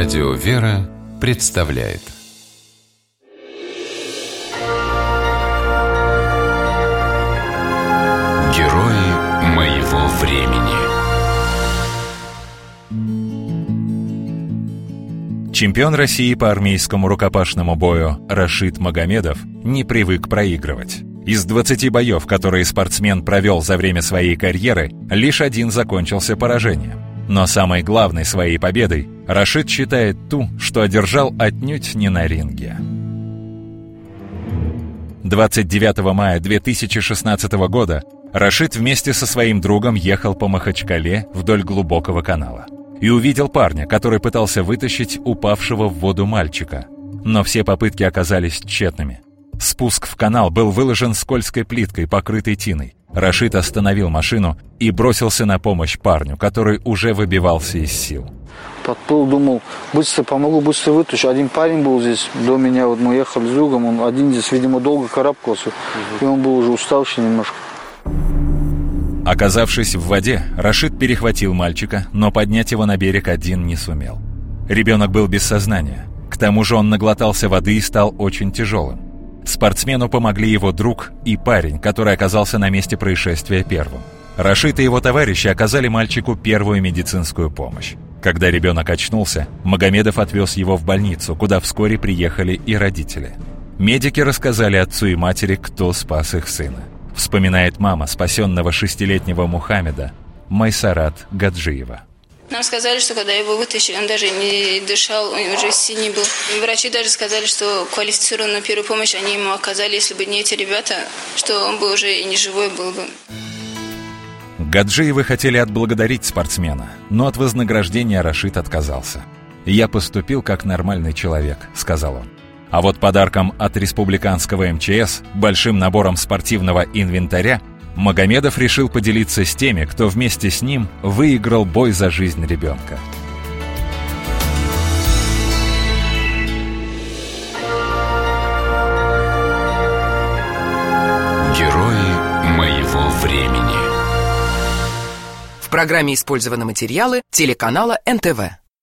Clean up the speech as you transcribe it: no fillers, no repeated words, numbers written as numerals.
Радио «Вера» представляет Герои моего времени. Чемпион России по армейскому рукопашному бою Рашид Магомедов не привык проигрывать. Из 20 боев, которые спортсмен провел за время своей карьеры, лишь один закончился поражением. Но самой главной своей победой Рашид считает ту, что одержал отнюдь не на ринге. 29 мая 2016 года Рашид вместе со своим другом ехал по Махачкале вдоль глубокого канала и увидел парня, который пытался вытащить упавшего в воду мальчика. Но все попытки оказались тщетными. Спуск в канал был выложен скользкой плиткой, покрытой тиной. Рашид остановил машину и бросился на помощь парню, который уже выбивался из сил. Подплыл, думал, быстро помогу, быстро вытащу. Один парень был здесь до меня, вот мы ехали с другом, он один здесь, видимо, долго карабкался, и он был уже уставший немножко. Оказавшись в воде, Рашид перехватил мальчика, но поднять его на берег один не сумел. Ребенок был без сознания. К тому же он наглотался воды и стал очень тяжелым. Спортсмену помогли его друг и парень, который оказался на месте происшествия первым. Рашид и его товарищи оказали мальчику первую медицинскую помощь. Когда ребенок очнулся, Магомедов отвез его в больницу, куда вскоре приехали и родители. Медики рассказали отцу и матери, кто спас их сына. Вспоминает мама спасенного 6-летнего Мухаммеда Майсарат Гаджиева. Нам сказали, что когда его вытащили, он даже не дышал, он уже синий был. И врачи даже сказали, что квалифицированную первую помощь они ему оказали, если бы не эти ребята, что он бы уже и не живой был бы. Гаджиевы хотели отблагодарить спортсмена, но от вознаграждения Рашид отказался. «Я поступил как нормальный человек», — сказал он. А вот подарком от республиканского МЧС, большим набором спортивного инвентаря, Магомедов решил поделиться с теми, кто вместе с ним выиграл бой за жизнь ребенка. Герои моего времени. В программе использованы материалы телеканала НТВ.